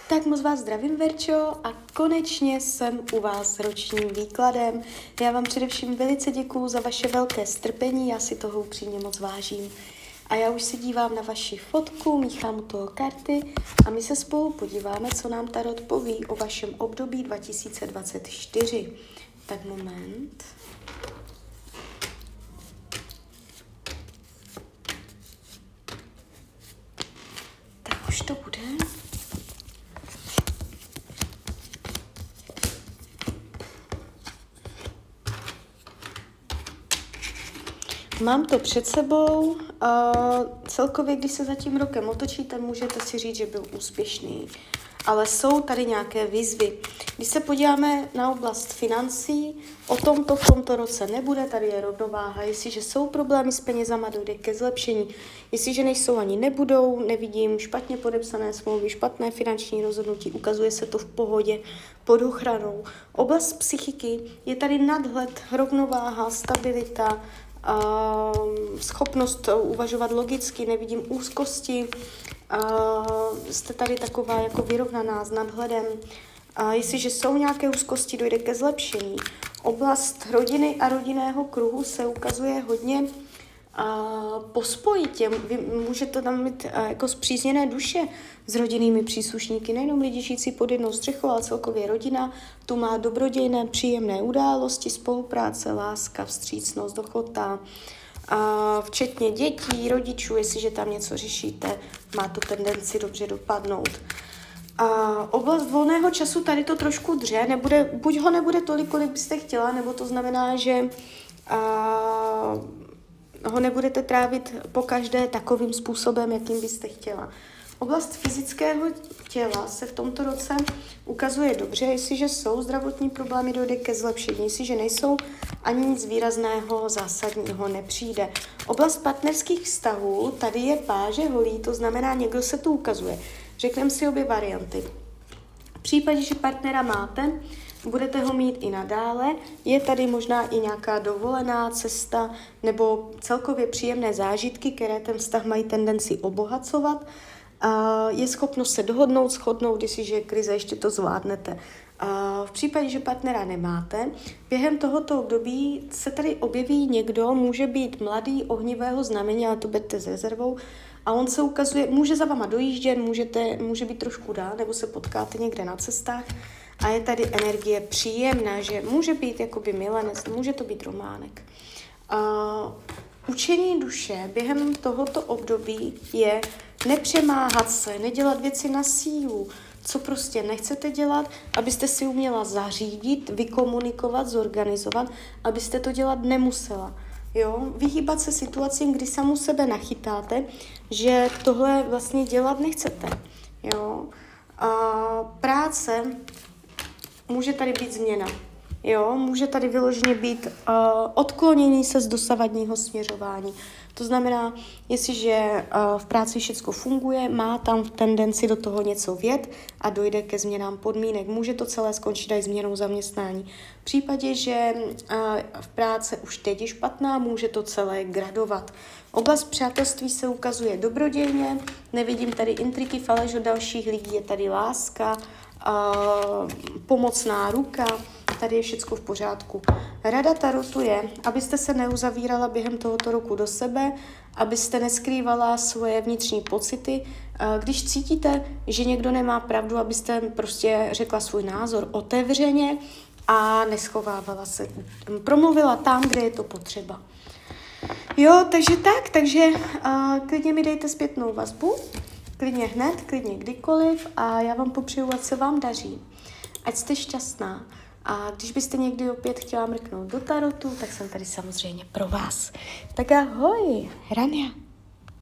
Tak moc vás zdravím, Verčo, a konečně jsem u vás s ročním výkladem. Já vám především velice děkuju za vaše velké strpení, já si toho upřímně moc vážím. A já už se dívám na vaši fotku, míchám u toho karty a my se spolu podíváme, co nám tarot poví o vašem období 2024. Tak moment. Tak už to bude. Mám to před sebou. Celkově, když se za tím rokem otočíte, můžete si říct, že byl úspěšný. Ale jsou tady nějaké výzvy. Když se podíváme na oblast financí, o tomto v tomto roce nebude, tady je rovnováha. Jestliže jsou problémy s penězama, dojde ke zlepšení. Jestliže nejsou ani nebudou, nevidím špatně podepsané smlouvy, špatné finanční rozhodnutí, ukazuje se to v pohodě, pod ochranou. Oblast psychiky, je tady nadhled, rovnováha, stabilita, schopnost uvažovat logicky, nevidím úzkosti, jste tady taková jako vyrovnaná s nadhledem. Jestliže jsou nějaké úzkosti, dojde ke zlepšení. Oblast rodiny a rodinného kruhu se ukazuje hodně pospojitě. Vy můžete tam mít jako spřízněné duše s rodinnými příslušníky, nejenom lidi žijící pod jednou střechou, ale celkově rodina. Tu má dobrodějné, příjemné události, spolupráce, láska, vstřícnost, ochota, včetně dětí, rodičů, jestliže tam něco řešíte, má to tendenci dobře dopadnout. Oblast volného času tady to trošku dře, buď ho nebude tolik, kolik byste chtěla, nebo to znamená, že ho nebudete trávit pokaždé takovým způsobem, jakým byste chtěla. Oblast fyzického těla se v tomto roce ukazuje dobře, jestliže jsou zdravotní problémy, dojde ke zlepšení, jestliže nejsou, ani nic výrazného, zásadního nepřijde. Oblast partnerských vztahů, tady je páže holí, to znamená, někdo se tu ukazuje. Řekneme si obě varianty. V případě, že partnera máte, budete ho mít i nadále, je tady možná i nějaká dovolená cesta nebo celkově příjemné zážitky, které ten vztah mají tendenci obohacovat. Je schopnost se dohodnout, shodnout, jestliže je krize, ještě to zvládnete. V případě, že partnera nemáte, během tohoto období se tady objeví někdo, může být mladý, ohnivého znamení, ale to berte s rezervou, a on se ukazuje, může za váma dojíždět, může být trošku dál, nebo se potkáte někde na cestách a je tady energie příjemná, že může být jakoby milenec, může to být románek. Učení duše během tohoto období je nepřemáhat se, nedělat věci na sílu, co prostě nechcete dělat, abyste si uměla zařídit, vykomunikovat, zorganizovat, abyste to dělat nemusela. Jo? Vyhýbat se situacím, kdy samu sebe nachytáte, že tohle vlastně dělat nechcete. Jo? Práce, může tady být změna. Jo? Může tady vyloženě být odklonění se z dosavadního směřování. To znamená, jestliže v práci všechno funguje, má tam v tendenci do toho něco vjet a dojde ke změnám podmínek. Může to celé skončit i změnou zaměstnání. V případě, že v práci už teď je špatná, může to celé gradovat. Oblast přátelství se ukazuje dobrodějně, nevidím tady intriky, faleš od dalších lidí, je tady láska, pomocná ruka, tady je všecko v pořádku. Rada tarotu je, abyste se neuzavírala během tohoto roku do sebe, abyste neskrývala svoje vnitřní pocity. Když cítíte, že někdo nemá pravdu, abyste prostě řekla svůj názor otevřeně a neschovávala se. Promluvila tam, kde je to potřeba. Jo, takže klidně mi dejte zpětnou vazbu, klidně hned, klidně kdykoliv a já vám popřeju, ať se vám daří. Ať jste šťastná. A když byste někdy opět chtěla mrknout do tarotu, tak jsem tady samozřejmě pro vás. Tak ahoj, Rania.